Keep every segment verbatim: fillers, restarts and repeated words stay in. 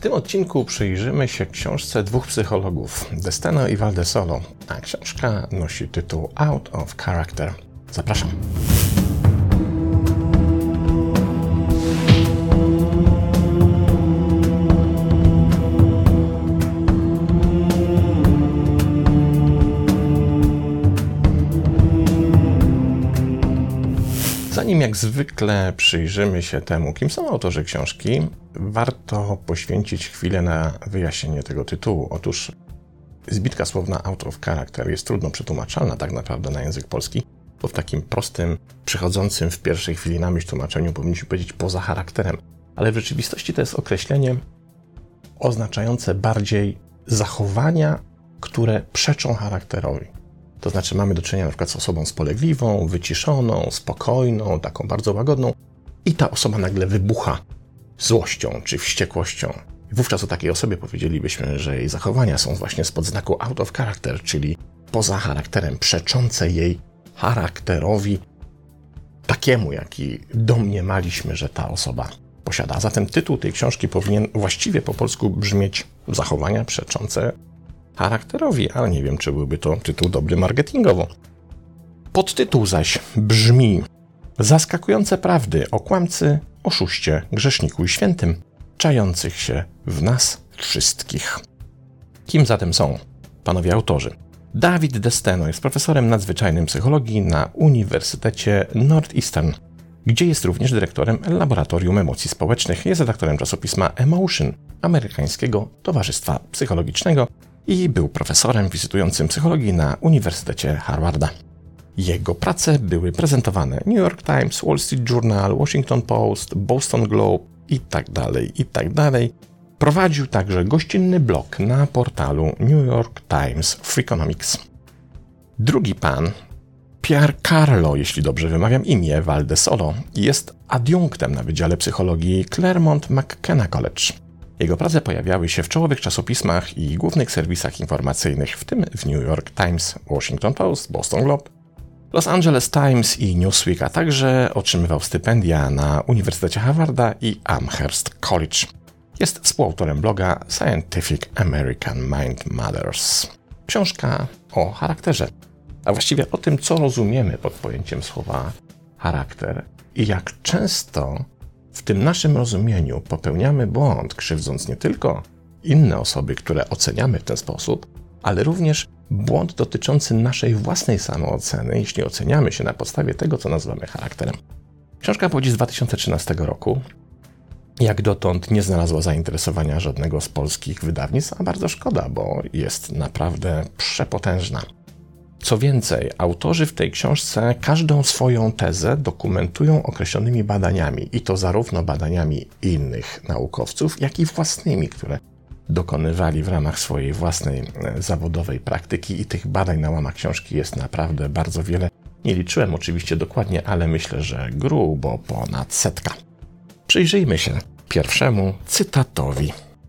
tym odcinku przyjrzymy się książce dwóch psychologów, Desteno i Valdesolo, a książka nosi tytuł Out of Character. Zapraszam. Zanim jak zwykle przyjrzymy się temu, kim są autorzy książki, warto poświęcić chwilę na wyjaśnienie tego tytułu. Otóż zbitka słowna out of character jest trudno przetłumaczalna tak naprawdę na język polski, bo w takim prostym, przychodzącym w pierwszej chwili na myśl tłumaczeniu powinniśmy powiedzieć poza charakterem. Ale w rzeczywistości to jest określenie oznaczające bardziej zachowania, które przeczą charakterowi. To znaczy mamy do czynienia na przykład z osobą spolegliwą, wyciszoną, spokojną, taką bardzo łagodną i ta osoba nagle wybucha złością czy wściekłością. I wówczas o takiej osobie powiedzielibyśmy, że jej zachowania są właśnie spod znaku out of character, czyli poza charakterem, przeczące jej charakterowi takiemu, jaki domniemaliśmy, że ta osoba posiada. Zatem tytuł tej książki powinien właściwie po polsku brzmieć zachowania przeczące charakterowi, ale nie wiem, czy byłby to tytuł dobry marketingowo. Podtytuł zaś brzmi Zaskakujące prawdy o kłamcy, oszuście, grzeszniku i świętym, czających się w nas wszystkich. Kim zatem są panowie autorzy? David Desteno jest profesorem nadzwyczajnym psychologii na Uniwersytecie Northeastern, gdzie jest również dyrektorem Laboratorium Emocji Społecznych. Jest redaktorem czasopisma Emotion, amerykańskiego towarzystwa psychologicznego, i był profesorem wizytującym psychologii na Uniwersytecie Harvarda. Jego prace były prezentowane New York Times, Wall Street Journal, Washington Post, Boston Globe itd., itd. Prowadził także gościnny blog na portalu New York Times Freakonomics. Drugi pan, Pier Carlo, jeśli dobrze wymawiam imię, Valdesolo, jest adiunktem na Wydziale Psychologii Claremont McKenna College. Jego prace pojawiały się w czołowych czasopismach i głównych serwisach informacyjnych, w tym w New York Times, Washington Post, Boston Globe, Los Angeles Times i Newsweek, a także otrzymywał stypendia na Uniwersytecie Harvarda i Amherst College. Jest współautorem bloga Scientific American Mind Matters. Książka o charakterze, a właściwie o tym, co rozumiemy pod pojęciem słowa charakter i jak często w tym naszym rozumieniu popełniamy błąd, krzywdząc nie tylko inne osoby, które oceniamy w ten sposób, ale również błąd dotyczący naszej własnej samooceny, jeśli oceniamy się na podstawie tego, co nazywamy charakterem. Książka pochodzi z dwa tysiące trzynastego roku. Jak dotąd nie znalazła zainteresowania żadnego z polskich wydawnictw, a bardzo szkoda, bo jest naprawdę przepotężna. Co więcej, autorzy w tej książce każdą swoją tezę dokumentują określonymi badaniami i to zarówno badaniami innych naukowców, jak i własnymi, które dokonywali w ramach swojej własnej zawodowej praktyki i tych badań na łamach książki jest naprawdę bardzo wiele. Nie liczyłem oczywiście dokładnie, ale myślę, że grubo ponad setka. Przyjrzyjmy się pierwszemu cytatowi.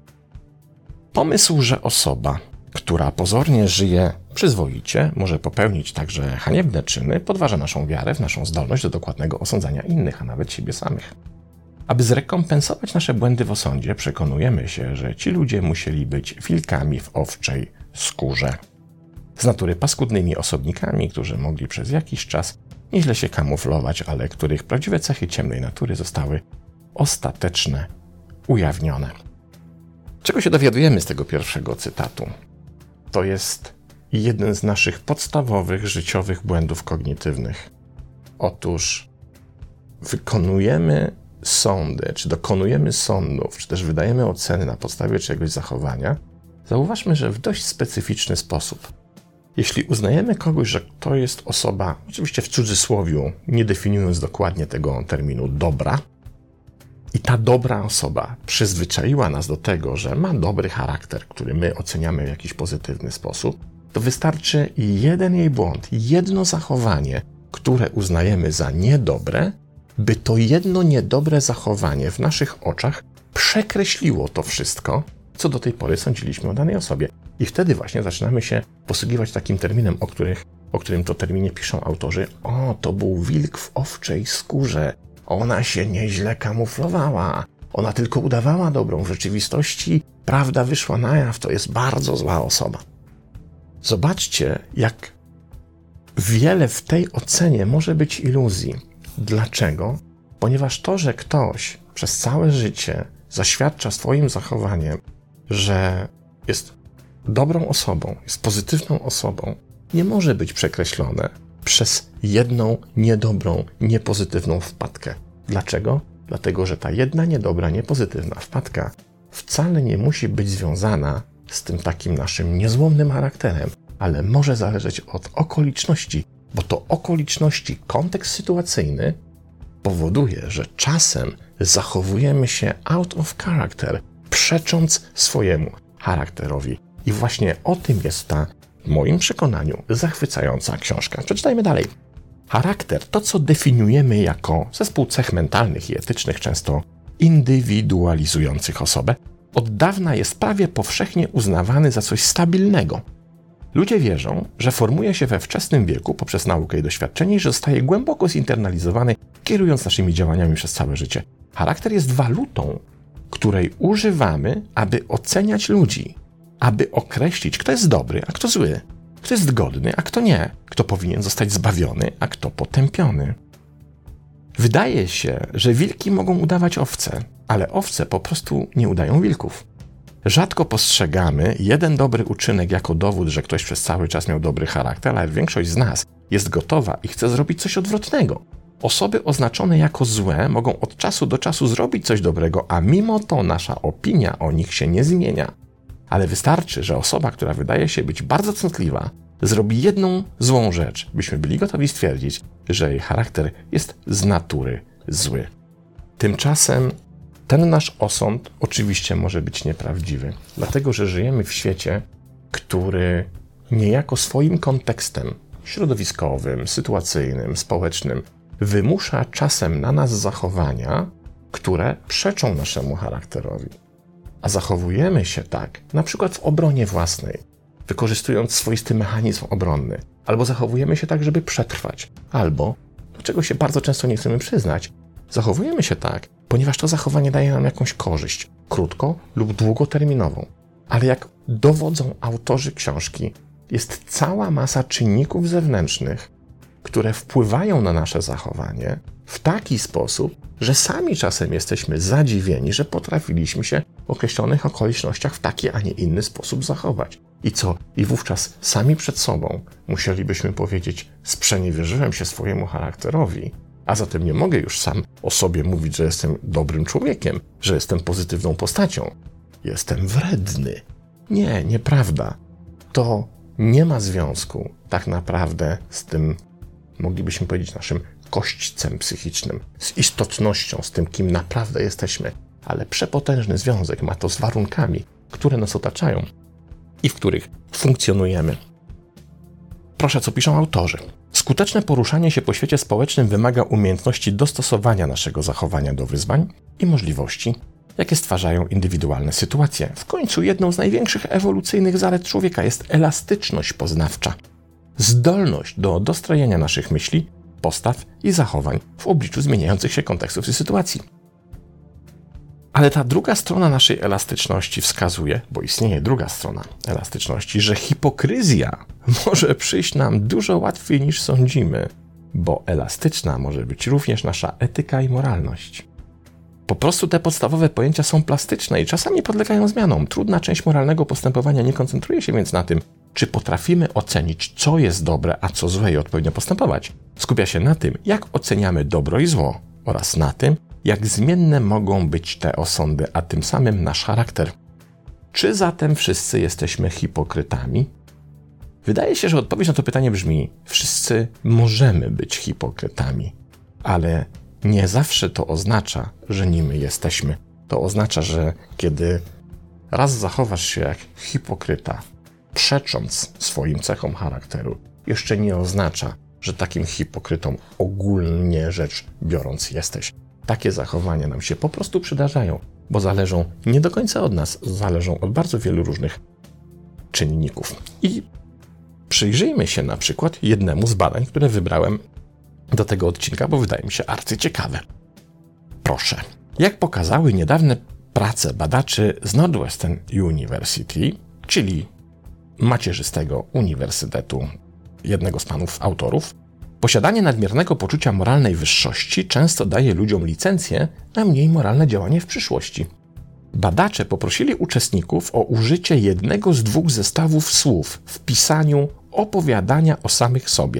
Pomysł, że osoba, która pozornie żyje przyzwoicie, może popełnić także haniebne czyny, podważa naszą wiarę w naszą zdolność do dokładnego osądzania innych, a nawet siebie samych. Aby zrekompensować nasze błędy w osądzie, przekonujemy się, że ci ludzie musieli być wilkami w owczej skórze. Z natury paskudnymi osobnikami, którzy mogli przez jakiś czas nieźle się kamuflować, ale których prawdziwe cechy ciemnej natury zostały ostateczne, ujawnione. Czego się dowiadujemy z tego pierwszego cytatu? To jest jeden z naszych podstawowych życiowych błędów kognitywnych. Otóż wykonujemy sądy, czy dokonujemy sądów, czy też wydajemy oceny na podstawie czegoś zachowania, zauważmy, że w dość specyficzny sposób. Jeśli uznajemy kogoś, że to jest osoba, oczywiście w cudzysłowiu, nie definiując dokładnie tego terminu dobra, i ta dobra osoba przyzwyczaiła nas do tego, że ma dobry charakter, który my oceniamy w jakiś pozytywny sposób, to wystarczy jeden jej błąd, jedno zachowanie, które uznajemy za niedobre, by to jedno niedobre zachowanie w naszych oczach przekreśliło to wszystko, co do tej pory sądziliśmy o danej osobie. I wtedy właśnie zaczynamy się posługiwać takim terminem, o, których, o którym to terminie piszą autorzy. O, to był wilk w owczej skórze. Ona się nieźle kamuflowała. Ona tylko udawała dobrą. W rzeczywistości prawda wyszła na jaw, to jest bardzo zła osoba. Zobaczcie, jak wiele w tej ocenie może być iluzji. Dlaczego? Ponieważ to, że ktoś przez całe życie zaświadcza swoim zachowaniem, że jest dobrą osobą, jest pozytywną osobą, nie może być przekreślone przez jedną niedobrą, niepozytywną wpadkę. Dlaczego? Dlatego, że ta jedna niedobra, niepozytywna wpadka wcale nie musi być związana z tym takim naszym niezłomnym charakterem, ale może zależeć od okoliczności, bo to okoliczności, kontekst sytuacyjny powoduje, że czasem zachowujemy się out of character, przecząc swojemu charakterowi. I właśnie o tym jest ta, w moim przekonaniu, zachwycająca książka. Przeczytajmy dalej. Charakter, to co definiujemy jako zespół cech mentalnych i etycznych, często indywidualizujących osobę, od dawna jest prawie powszechnie uznawany za coś stabilnego. Ludzie wierzą, że formuje się we wczesnym wieku poprzez naukę i doświadczenie i że zostaje głęboko zinternalizowany, kierując naszymi działaniami przez całe życie. Charakter jest walutą, której używamy, aby oceniać ludzi, aby określić, kto jest dobry, a kto zły, kto jest godny, a kto nie, kto powinien zostać zbawiony, a kto potępiony. Wydaje się, że wilki mogą udawać owce, ale owce po prostu nie udają wilków. Rzadko postrzegamy jeden dobry uczynek jako dowód, że ktoś przez cały czas miał dobry charakter, ale większość z nas jest gotowa i chce zrobić coś odwrotnego. Osoby oznaczone jako złe mogą od czasu do czasu zrobić coś dobrego, a mimo to nasza opinia o nich się nie zmienia. Ale wystarczy, że osoba, która wydaje się być bardzo cnotliwa, zrobi jedną złą rzecz, byśmy byli gotowi stwierdzić, że jej charakter jest z natury zły. Tymczasem ten nasz osąd oczywiście może być nieprawdziwy, dlatego że żyjemy w świecie, który niejako swoim kontekstem środowiskowym, sytuacyjnym, społecznym wymusza czasem na nas zachowania, które przeczą naszemu charakterowi. A zachowujemy się tak, na przykład w obronie własnej, wykorzystując swoisty mechanizm obronny, albo zachowujemy się tak, żeby przetrwać, albo, do czego się bardzo często nie chcemy przyznać, zachowujemy się tak, ponieważ to zachowanie daje nam jakąś korzyść, krótko lub długoterminową. Ale jak dowodzą autorzy książki, jest cała masa czynników zewnętrznych, które wpływają na nasze zachowanie w taki sposób, że sami czasem jesteśmy zadziwieni, że potrafiliśmy się w określonych okolicznościach w taki, a nie inny sposób zachować. I co? I wówczas sami przed sobą musielibyśmy powiedzieć: sprzeniewierzyłem się swojemu charakterowi, a zatem nie mogę już sam o sobie mówić, że jestem dobrym człowiekiem, że jestem pozytywną postacią. Jestem wredny. Nie, nieprawda. To nie ma związku tak naprawdę z tym, moglibyśmy powiedzieć, naszym kośćcem psychicznym, z istotnością, z tym, kim naprawdę jesteśmy, ale przepotężny związek ma to z warunkami, które nas otaczają i w których funkcjonujemy. Proszę, co piszą autorzy. Skuteczne poruszanie się po świecie społecznym wymaga umiejętności dostosowania naszego zachowania do wyzwań i możliwości, jakie stwarzają indywidualne sytuacje. W końcu jedną z największych ewolucyjnych zalet człowieka jest elastyczność poznawcza. Zdolność do dostrojenia naszych myśli, postaw i zachowań w obliczu zmieniających się kontekstów i sytuacji. Ale ta druga strona naszej elastyczności wskazuje, bo istnieje druga strona elastyczności, że hipokryzja może przyjść nam dużo łatwiej niż sądzimy, bo elastyczna może być również nasza etyka i moralność. Po prostu te podstawowe pojęcia są plastyczne i czasami podlegają zmianom. Trudna część moralnego postępowania nie koncentruje się więc na tym, czy potrafimy ocenić, co jest dobre, a co złe i odpowiednio postępować. Skupia się na tym, jak oceniamy dobro i zło oraz na tym, jak zmienne mogą być te osądy, a tym samym nasz charakter. Czy zatem wszyscy jesteśmy hipokrytami? Wydaje się, że odpowiedź na to pytanie brzmi: wszyscy możemy być hipokrytami, ale nie zawsze to oznacza, że nimi jesteśmy. To oznacza, że kiedy raz zachowasz się jak hipokryta, przecząc swoim cechom charakteru, jeszcze nie oznacza, że takim hipokrytą ogólnie rzecz biorąc jesteś. Takie zachowania nam się po prostu przydarzają, bo zależą nie do końca od nas, zależą od bardzo wielu różnych czynników. I przyjrzyjmy się na przykład jednemu z badań, które wybrałem do tego odcinka, bo wydaje mi się arcyciekawe. Proszę. Jak pokazały niedawne prace badaczy z Northwestern University, czyli macierzystego uniwersytetu jednego z panów autorów, posiadanie nadmiernego poczucia moralnej wyższości często daje ludziom licencję na mniej moralne działanie w przyszłości. Badacze poprosili uczestników o użycie jednego z dwóch zestawów słów w pisaniu opowiadania o samych sobie.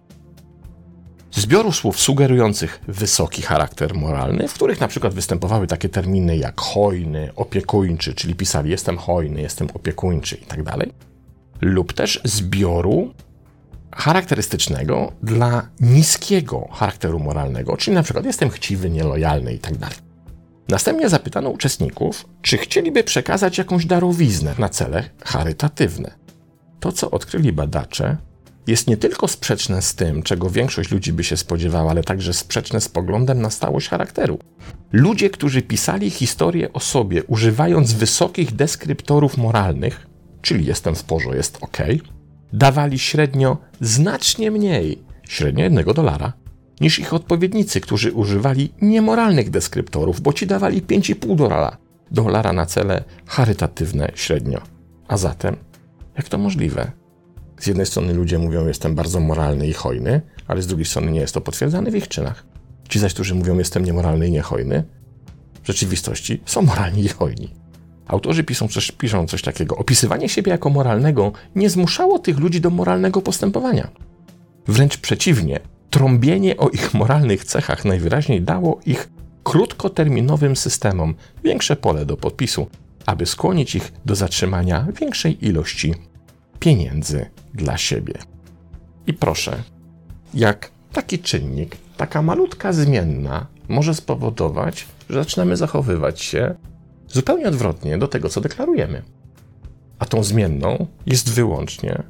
Zbioru słów sugerujących wysoki charakter moralny, w których na przykład występowały takie terminy jak hojny, opiekuńczy, czyli pisali jestem hojny, jestem opiekuńczy i tak dalej, lub też zbioru charakterystycznego dla niskiego charakteru moralnego, czyli na przykład jestem chciwy, nielojalny i tak dalej. Następnie zapytano uczestników, czy chcieliby przekazać jakąś darowiznę na cele charytatywne. To, co odkryli badacze, jest nie tylko sprzeczne z tym, czego większość ludzi by się spodziewała, ale także sprzeczne z poglądem na stałość charakteru. Ludzie, którzy pisali historię o sobie używając wysokich deskryptorów moralnych, czyli jestem w porządku, jest ok, dawali średnio znacznie mniej, średnio jednego dolara, niż ich odpowiednicy, którzy używali niemoralnych deskryptorów, bo ci dawali pięć i pół dolara, dolara na cele charytatywne średnio. A zatem, jak to możliwe? Z jednej strony ludzie mówią, jestem bardzo moralny i hojny, ale z drugiej strony nie jest to potwierdzane w ich czynach. Ci zaś, którzy mówią, jestem niemoralny i niehojny, w rzeczywistości są moralni i hojni. Autorzy piszą coś, piszą coś takiego. Opisywanie siebie jako moralnego nie zmuszało tych ludzi do moralnego postępowania. Wręcz przeciwnie, trąbienie o ich moralnych cechach najwyraźniej dało ich krótkoterminowym systemom większe pole do podpisu, aby skłonić ich do zatrzymania większej ilości pieniędzy dla siebie. I proszę, jak taki czynnik, taka malutka zmienna może spowodować, że zaczynamy zachowywać się zupełnie odwrotnie do tego, co deklarujemy. A tą zmienną jest wyłącznie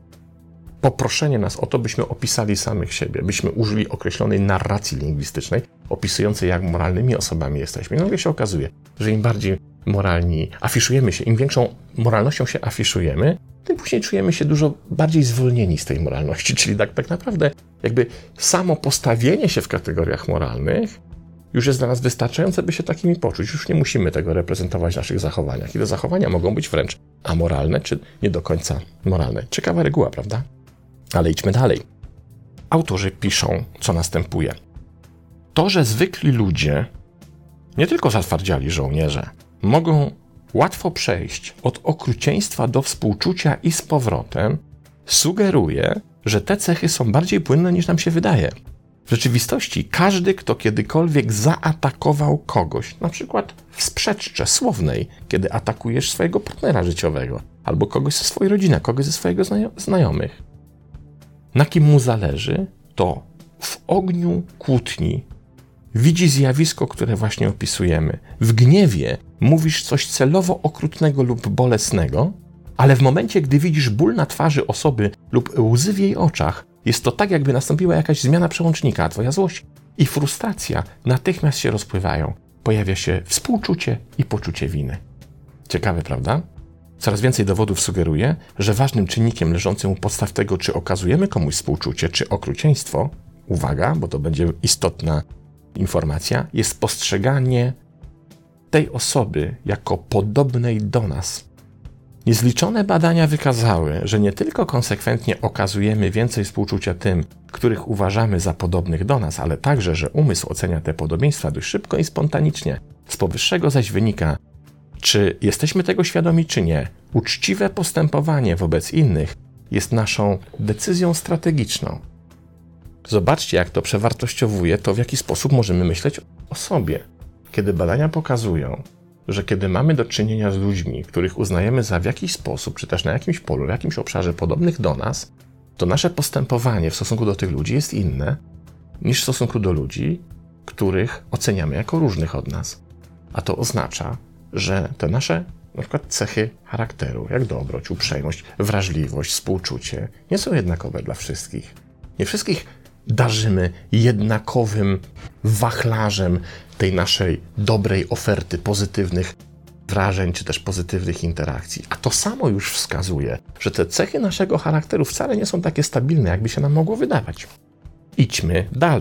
poproszenie nas o to, byśmy opisali samych siebie, byśmy użyli określonej narracji lingwistycznej opisującej, jak moralnymi osobami jesteśmy. I nagle się okazuje, że im bardziej moralni afiszujemy się, im większą moralnością się afiszujemy, tym później czujemy się dużo bardziej zwolnieni z tej moralności. Czyli tak, tak naprawdę jakby samo postawienie się w kategoriach moralnych już jest dla nas wystarczające, by się takimi poczuć. Już nie musimy tego reprezentować w naszych zachowaniach. I te zachowania mogą być wręcz amoralne, czy nie do końca moralne. Ciekawa reguła, prawda? Ale idźmy dalej. Autorzy piszą, co następuje. To, że zwykli ludzie, nie tylko zatwardziali żołnierze, mogą łatwo przejść od okrucieństwa do współczucia i z powrotem, sugeruje, że te cechy są bardziej płynne, niż nam się wydaje. W rzeczywistości każdy, kto kiedykolwiek zaatakował kogoś, na przykład w sprzeczce słownej, kiedy atakujesz swojego partnera życiowego, albo kogoś ze swojej rodziny, kogoś ze swojego znajomych, na kim mu zależy, to w ogniu kłótni widzi zjawisko, które właśnie opisujemy. W gniewie mówisz coś celowo okrutnego lub bolesnego, ale w momencie, gdy widzisz ból na twarzy osoby lub łzy w jej oczach, jest to tak, jakby nastąpiła jakaś zmiana przełącznika, a twoja złość i frustracja natychmiast się rozpływają. Pojawia się współczucie i poczucie winy. Ciekawe, prawda? Coraz więcej dowodów sugeruje, że ważnym czynnikiem leżącym u podstaw tego, czy okazujemy komuś współczucie, czy okrucieństwo, uwaga, bo to będzie istotna informacja, jest postrzeganie tej osoby jako podobnej do nas. Niezliczone badania wykazały, że nie tylko konsekwentnie okazujemy więcej współczucia tym, których uważamy za podobnych do nas, ale także, że umysł ocenia te podobieństwa dość szybko i spontanicznie. Z powyższego zaś wynika, czy jesteśmy tego świadomi, czy nie. Uczciwe postępowanie wobec innych jest naszą decyzją strategiczną. Zobaczcie, jak to przewartościowuje to, w jaki sposób możemy myśleć o sobie. Kiedy badania pokazują, że kiedy mamy do czynienia z ludźmi, których uznajemy za w jakiś sposób, czy też na jakimś polu, w jakimś obszarze podobnych do nas, to nasze postępowanie w stosunku do tych ludzi jest inne niż w stosunku do ludzi, których oceniamy jako różnych od nas. A to oznacza, że te nasze na przykład cechy charakteru, jak dobroć, uprzejmość, wrażliwość, współczucie, nie są jednakowe dla wszystkich. Nie wszystkich darzymy jednakowym wachlarzem tej naszej dobrej oferty pozytywnych wrażeń, czy też pozytywnych interakcji. A to samo już wskazuje, że te cechy naszego charakteru wcale nie są takie stabilne, jakby się nam mogło wydawać. Idźmy dalej.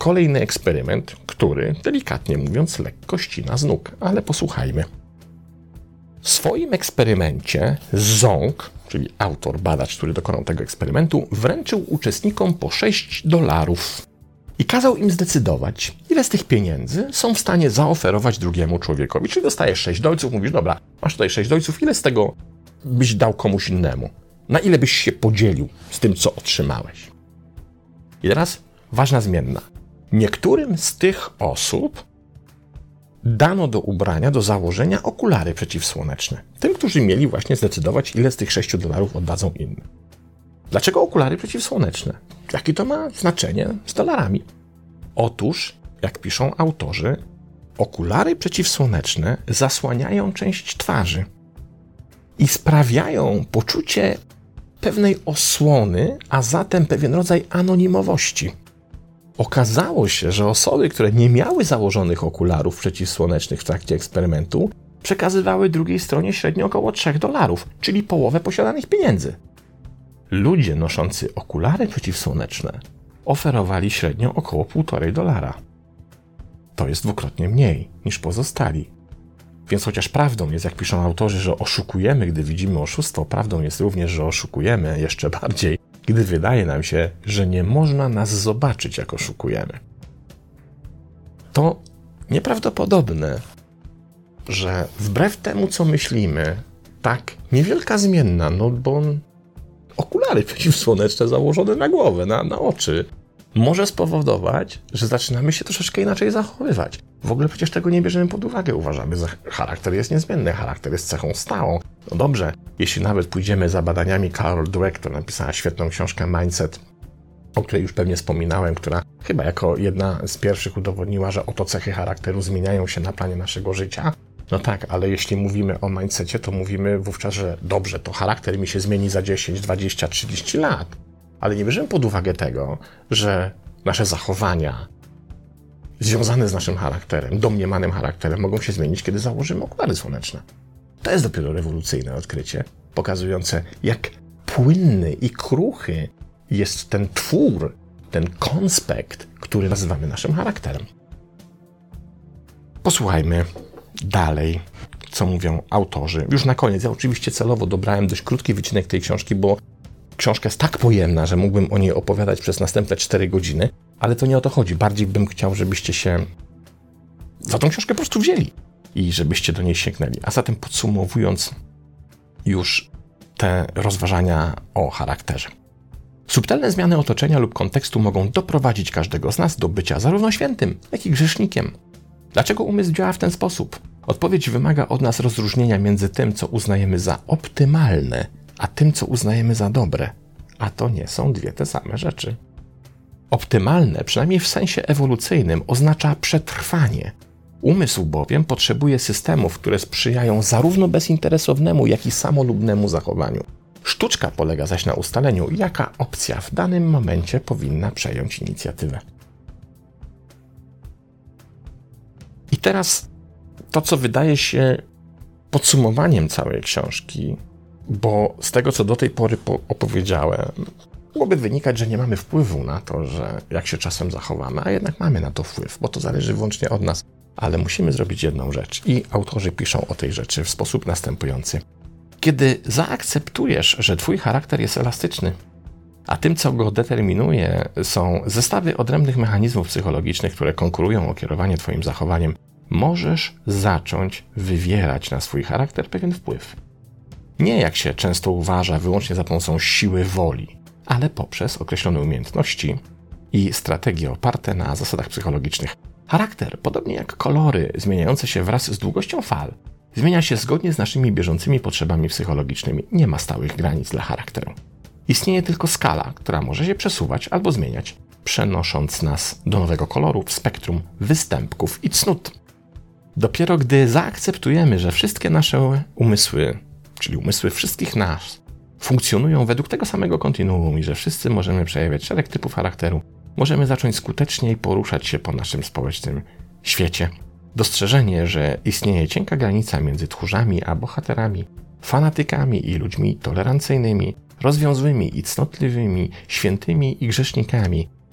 kolejny eksperyment, który, delikatnie mówiąc, lekko ścina z nóg, ale posłuchajmy. W swoim eksperymencie Zong, czyli autor, badacz, który dokonał tego eksperymentu, wręczył uczestnikom po sześć dolarów i kazał im zdecydować, ile z tych pieniędzy są w stanie zaoferować drugiemu człowiekowi. Czyli dostajesz sześć dolców, mówisz, dobra, masz tutaj sześć dolców, ile z tego byś dał komuś innemu? Na ile byś się podzielił z tym, co otrzymałeś? I teraz ważna zmienna. Niektórym z tych osób dano do ubrania, do założenia okulary przeciwsłoneczne. Tym, którzy mieli właśnie zdecydować, ile z tych sześciu dolarów oddadzą innym. Dlaczego okulary przeciwsłoneczne? Jakie to ma znaczenie z dolarami? Otóż, jak piszą autorzy, okulary przeciwsłoneczne zasłaniają część twarzy i sprawiają poczucie pewnej osłony, a zatem pewien rodzaj anonimowości. Okazało się, że osoby, które nie miały założonych okularów przeciwsłonecznych w trakcie eksperymentu, przekazywały drugiej stronie średnio około trzech dolarów, czyli połowę posiadanych pieniędzy. Ludzie noszący okulary przeciwsłoneczne oferowali średnio około półtorej dolara. To jest dwukrotnie mniej niż pozostali. Więc chociaż prawdą jest, jak piszą autorzy, że oszukujemy, gdy widzimy oszustwo, prawdą jest również, że oszukujemy jeszcze bardziej, gdy wydaje nam się, że nie można nas zobaczyć, jak oszukujemy. To nieprawdopodobne, że wbrew temu, co myślimy, tak niewielka zmienna, no bo okulary przeciwsłoneczne założone na głowę, na, na oczy, może spowodować, że zaczynamy się troszeczkę inaczej zachowywać. W ogóle przecież tego nie bierzemy pod uwagę. Uważamy, że charakter jest niezmienny, charakter jest cechą stałą. No dobrze, jeśli nawet pójdziemy za badaniami Carol Dweck, która napisała świetną książkę Mindset, o której już pewnie wspominałem, która chyba jako jedna z pierwszych udowodniła, że oto cechy charakteru zmieniają się na planie naszego życia. No tak, ale jeśli mówimy o mindsetie, to mówimy wówczas, że dobrze, to charakter mi się zmieni za dziesięć, dwadzieścia, trzydzieści lat. Ale nie bierzemy pod uwagę tego, że nasze zachowania związane z naszym charakterem, domniemanym charakterem, mogą się zmienić, kiedy założymy okulary słoneczne. To jest dopiero rewolucyjne odkrycie, pokazujące, jak płynny i kruchy jest ten twór, ten konspekt, który nazywamy naszym charakterem. Posłuchajmy dalej, co mówią autorzy. Już na koniec, ja oczywiście celowo dobrałem dość krótki wycinek tej książki, bo książka jest tak pojemna, że mógłbym o niej opowiadać przez następne cztery godziny, ale to nie o to chodzi. Bardziej bym chciał, żebyście się za tą książkę po prostu wzięli i żebyście do niej sięgnęli. A zatem podsumowując już te rozważania o charakterze. Subtelne zmiany otoczenia lub kontekstu mogą doprowadzić każdego z nas do bycia zarówno świętym, jak i grzesznikiem. Dlaczego umysł działa w ten sposób? Odpowiedź wymaga od nas rozróżnienia między tym, co uznajemy za optymalne, a tym, co uznajemy za dobre. A to nie są dwie te same rzeczy. Optymalne, przynajmniej w sensie ewolucyjnym, oznacza przetrwanie. Umysł bowiem potrzebuje systemów, które sprzyjają zarówno bezinteresownemu, jak i samolubnemu zachowaniu. Sztuczka polega zaś na ustaleniu, jaka opcja w danym momencie powinna przejąć inicjatywę. I teraz to, co wydaje się podsumowaniem całej książki, bo z tego, co do tej pory opowiedziałem, mogłoby wynikać, że nie mamy wpływu na to, że jak się czasem zachowamy, a jednak mamy na to wpływ, bo to zależy wyłącznie od nas. Ale musimy zrobić jedną rzecz i autorzy piszą o tej rzeczy w sposób następujący. Kiedy zaakceptujesz, że twój charakter jest elastyczny, a tym, co go determinuje, są zestawy odrębnych mechanizmów psychologicznych, które konkurują o kierowanie twoim zachowaniem, możesz zacząć wywierać na swój charakter pewien wpływ. Nie, jak się często uważa, wyłącznie za pomocą siły woli, ale poprzez określone umiejętności i strategie oparte na zasadach psychologicznych. Charakter, podobnie jak kolory zmieniające się wraz z długością fal, zmienia się zgodnie z naszymi bieżącymi potrzebami psychologicznymi. Nie ma stałych granic dla charakteru. Istnieje tylko skala, która może się przesuwać albo zmieniać, przenosząc nas do nowego koloru w spektrum występków i cnót. Dopiero gdy zaakceptujemy, że wszystkie nasze umysły, czyli umysły wszystkich nas, funkcjonują według tego samego kontinuum i że wszyscy możemy przejawiać szereg typów charakteru, możemy zacząć skuteczniej poruszać się po naszym społecznym świecie. Dostrzeżenie, że istnieje cienka granica między tchórzami a bohaterami, fanatykami i ludźmi tolerancyjnymi, rozwiązłymi i cnotliwymi, świętymi i grzesznikami,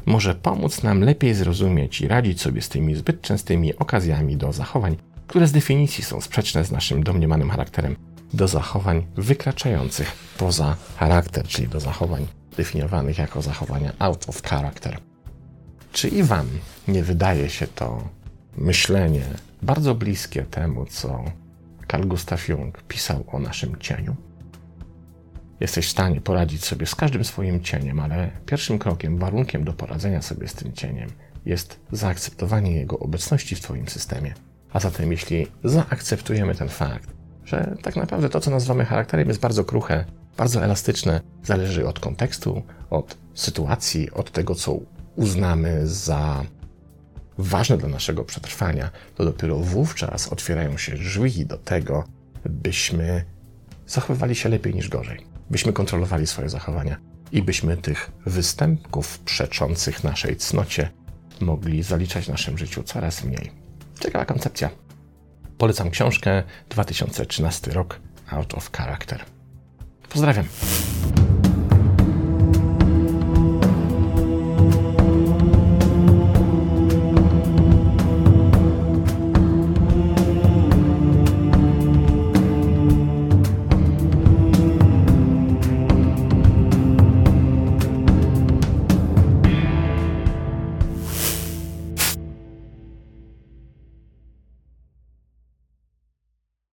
może pomóc nam lepiej zrozumieć i radzić sobie z tymi zbyt częstymi okazjami do zachowań, które z definicji są sprzeczne z naszym domniemanym charakterem, do zachowań wykraczających poza charakter, czyli do zachowań definiowanych jako zachowania out of character. Czy i Wam nie wydaje się to myślenie bardzo bliskie temu, co Carl Gustav Jung pisał o naszym cieniu? Jesteś w stanie poradzić sobie z każdym swoim cieniem, ale pierwszym krokiem, warunkiem do poradzenia sobie z tym cieniem jest zaakceptowanie jego obecności w Twoim systemie. A zatem jeśli zaakceptujemy ten fakt, że tak naprawdę to, co nazywamy charakterem, jest bardzo kruche, bardzo elastyczne, zależy od kontekstu, od sytuacji, od tego, co uznamy za ważne dla naszego przetrwania, to dopiero wówczas otwierają się drzwi do tego, byśmy zachowywali się lepiej niż gorzej, byśmy kontrolowali swoje zachowania i byśmy tych występków przeczących naszej cnocie mogli zaliczać w naszym życiu coraz mniej. Ciekawa koncepcja. Polecam książkę dwa tysiące trzynasty rok Out of Character. Pozdrawiam.